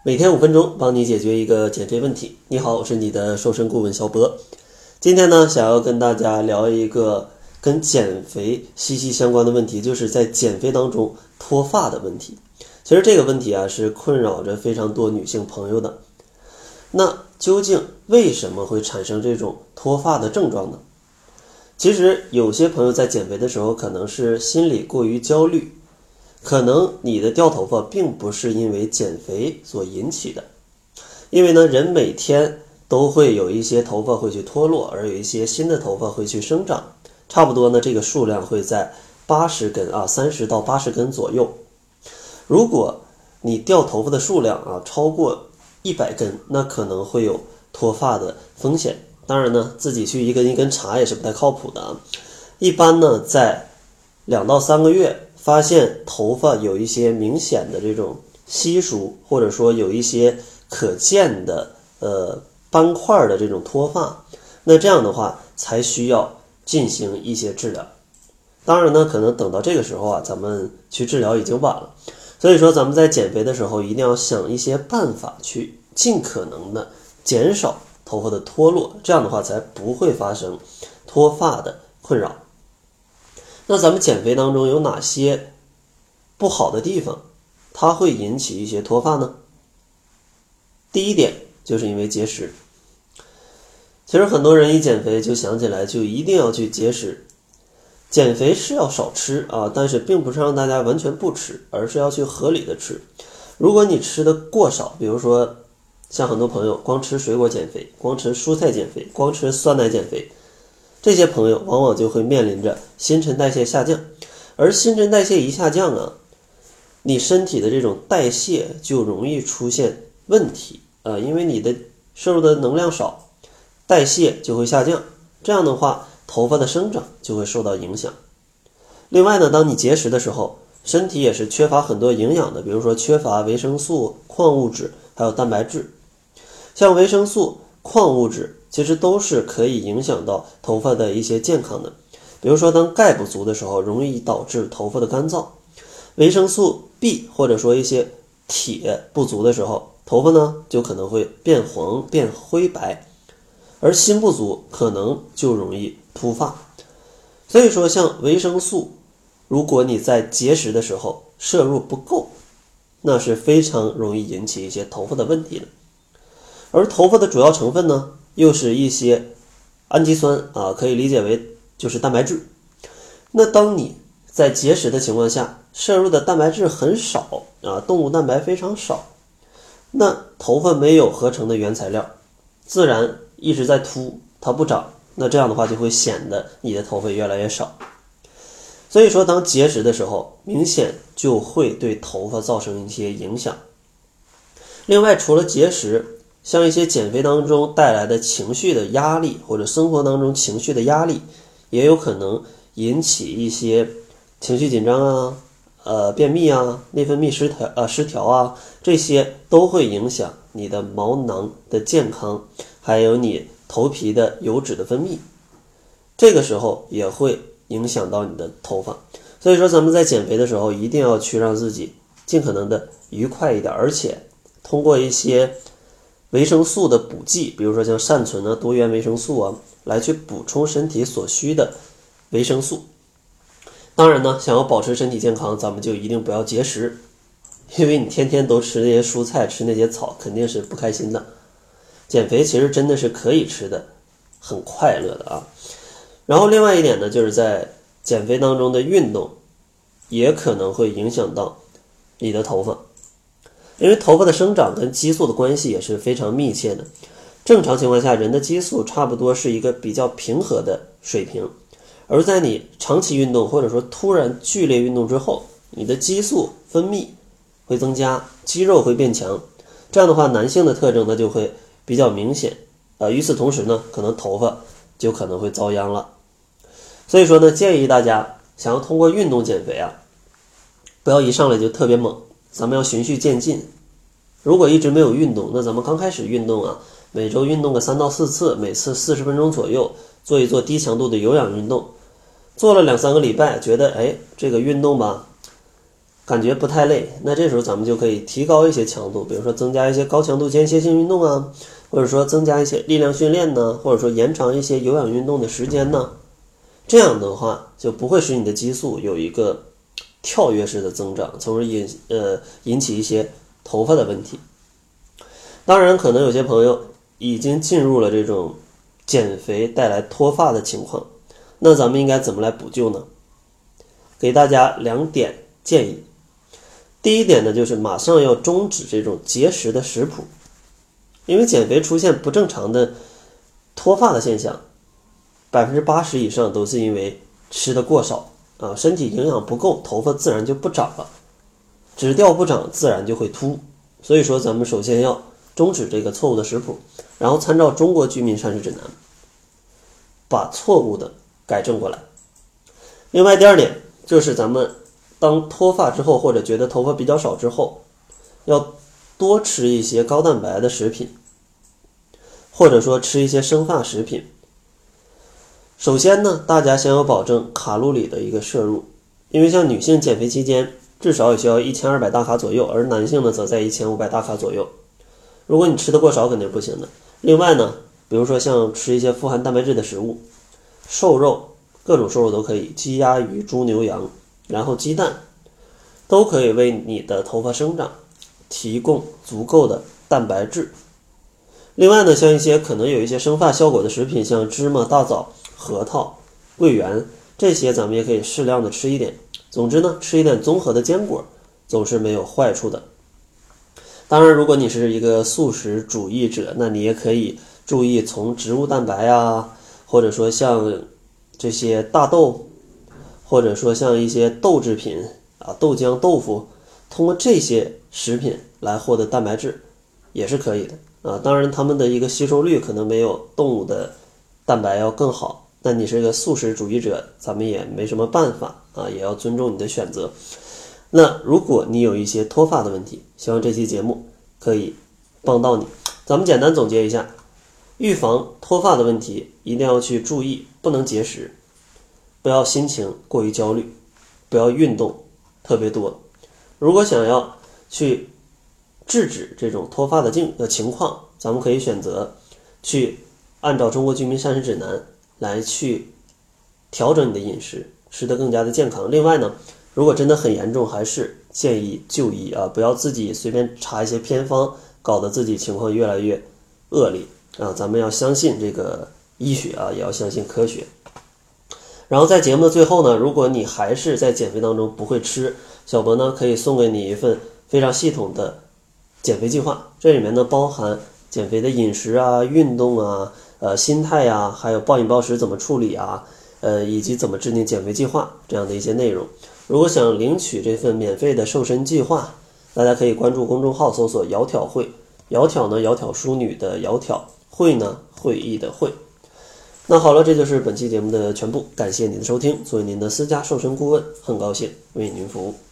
每天5分钟，帮你解决一个减肥问题。你好，我是你的瘦身顾问小博。今天呢，想要跟大家聊一个跟减肥息息相关的问题，就是在减肥当中脱发的问题。其实这个问题啊，是困扰着非常多女性朋友的。那究竟为什么会产生这种脱发的症状呢？其实有些朋友在减肥的时候，可能是心里过于焦虑，可能你的掉头发并不是因为减肥所引起的。因为呢，人每天都会有一些头发会去脱落，而有一些新的头发会去生长，差不多呢，这个数量会在80根30到80根左右。如果你掉头发的数量超过100根，那可能会有脱发的风险。当然呢，自己去一根一根查也是不太靠谱的。一般呢，在2到3个月发现头发有一些明显的这种稀疏，或者说有一些可见的斑块的这种脱发，那这样的话才需要进行一些治疗。当然呢，可能等到这个时候咱们去治疗已经晚了。所以说咱们在减肥的时候一定要想一些办法去尽可能的减少头发的脱落，这样的话才不会发生脱发的困扰。那咱们减肥当中有哪些不好的地方，它会引起一些脱发呢？第一点就是因为节食。其实很多人一减肥就想起来就一定要去节食。减肥是要少吃但是并不是让大家完全不吃，而是要去合理的吃。如果你吃的过少，比如说像很多朋友光吃水果减肥，光吃蔬菜减肥，光吃酸奶减肥，这些朋友往往就会面临着新陈代谢下降。而新陈代谢一下降你身体的这种代谢就容易出现问题因为你的摄入的能量少，代谢就会下降，这样的话头发的生长就会受到影响。另外呢，当你节食的时候，身体也是缺乏很多营养的，比如说缺乏维生素、矿物质还有蛋白质。像维生素、矿物质其实都是可以影响到头发的一些健康的。比如说当钙不足的时候，容易导致头发的干燥。维生素 B 或者说一些铁不足的时候，头发呢就可能会变黄变灰白。而锌不足可能就容易秃发。所以说像维生素，如果你在节食的时候摄入不够，那是非常容易引起一些头发的问题的。而头发的主要成分呢，又是一些氨基酸可以理解为就是蛋白质。那当你在节食的情况下摄入的蛋白质很少动物蛋白非常少，那头发没有合成的原材料，自然一直在秃，它不长，那这样的话就会显得你的头发越来越少。所以说当节食的时候，明显就会对头发造成一些影响。另外除了节食，像一些减肥当中带来的情绪的压力，或者生活当中情绪的压力，也有可能引起一些情绪紧张便秘内分泌失调这些都会影响你的毛囊的健康，还有你头皮的油脂的分泌，这个时候也会影响到你的头发。所以说咱们在减肥的时候一定要去让自己尽可能的愉快一点，而且通过一些维生素的补剂，比如说像善存多元维生素来去补充身体所需的维生素。当然呢，想要保持身体健康，咱们就一定不要节食，因为你天天都吃那些蔬菜，吃那些草，肯定是不开心的。减肥其实真的是可以吃的很快乐的然后另外一点呢，就是在减肥当中的运动也可能会影响到你的头发。因为头发的生长跟激素的关系也是非常密切的。正常情况下，人的激素差不多是一个比较平和的水平，而在你长期运动或者说突然剧烈运动之后，你的激素分泌会增加，肌肉会变强，这样的话男性的特征呢就会比较明显与此同时呢，可能头发就可能会遭殃了。所以说呢，建议大家想要通过运动减肥不要一上来就特别猛，咱们要循序渐进。如果一直没有运动，那咱们刚开始运动每周运动个3到4次，每次40分钟左右，做一做低强度的有氧运动。做了2-3个礼拜，觉得这个运动感觉不太累，那这时候咱们就可以提高一些强度，比如说增加一些高强度间歇性运动啊，或者说增加一些力量训练呢，或者说延长一些有氧运动的时间呢。这样的话就不会使你的激素有一个跳跃式的增长，从而引起一些头发的问题。当然可能有些朋友已经进入了这种减肥带来脱发的情况，那咱们应该怎么来补救呢？给大家2点建议。第一点呢，就是马上要终止这种节食的食谱，因为减肥出现不正常的脱发的现象，80%以上都是因为吃的过少啊，身体营养不够，头发自然就不长了，只掉不长，自然就会秃。所以说咱们首先要终止这个错误的食谱，然后参照中国居民膳食指南，把错误的改正过来。另外第2点就是咱们当脱发之后，或者觉得头发比较少之后，要多吃一些高蛋白的食品，或者说吃一些生发食品。首先呢，大家先要保证卡路里的一个摄入，因为像女性减肥期间至少也需要1200大卡左右，而男性呢则在1500大卡左右。如果你吃得过少肯定是不行的。另外呢，比如说像吃一些富含蛋白质的食物，瘦肉，各种瘦肉都可以，鸡鸭鱼猪牛羊，然后鸡蛋，都可以为你的头发生长提供足够的蛋白质。另外呢，像一些可能有一些生发效果的食品，像芝麻、大枣、核桃、桂圆，这些咱们也可以适量的吃一点。总之呢，吃一点综合的坚果总是没有坏处的。当然如果你是一个素食主义者，那你也可以注意从植物蛋白啊，或者说像这些大豆，或者说像一些豆制品啊，豆浆、豆腐，通过这些食品来获得蛋白质也是可以的啊。当然它们的一个吸收率可能没有动物的蛋白要更好，但你是一个素食主义者，咱们也没什么办法啊，也要尊重你的选择。那如果你有一些脱发的问题，希望这期节目可以帮到你。咱们简单总结一下，预防脱发的问题一定要去注意，不能节食，不要心情过于焦虑，不要运动特别多。如果想要去制止这种脱发的情况，咱们可以选择去按照中国居民膳食指南来去调整你的饮食，吃得更加的健康。另外呢，如果真的很严重，还是建议就医啊，不要自己随便查一些偏方，搞得自己情况越来越恶劣啊。咱们要相信这个医学啊，也要相信科学。然后在节目的最后呢，如果你还是在减肥当中不会吃，小博呢可以送给你一份非常系统的减肥计划，这里面呢包含减肥的饮食啊、运动啊、心态啊，还有暴饮暴食怎么处理啊，以及怎么制定减肥计划这样的一些内容。如果想领取这份免费的瘦身计划，大家可以关注公众号搜索窈窕会，窈窕呢窈窕淑女的窈窕，会呢会议的会。那好了，这就是本期节目的全部，感谢您的收听。作为您的私家瘦身顾问，很高兴为您服务。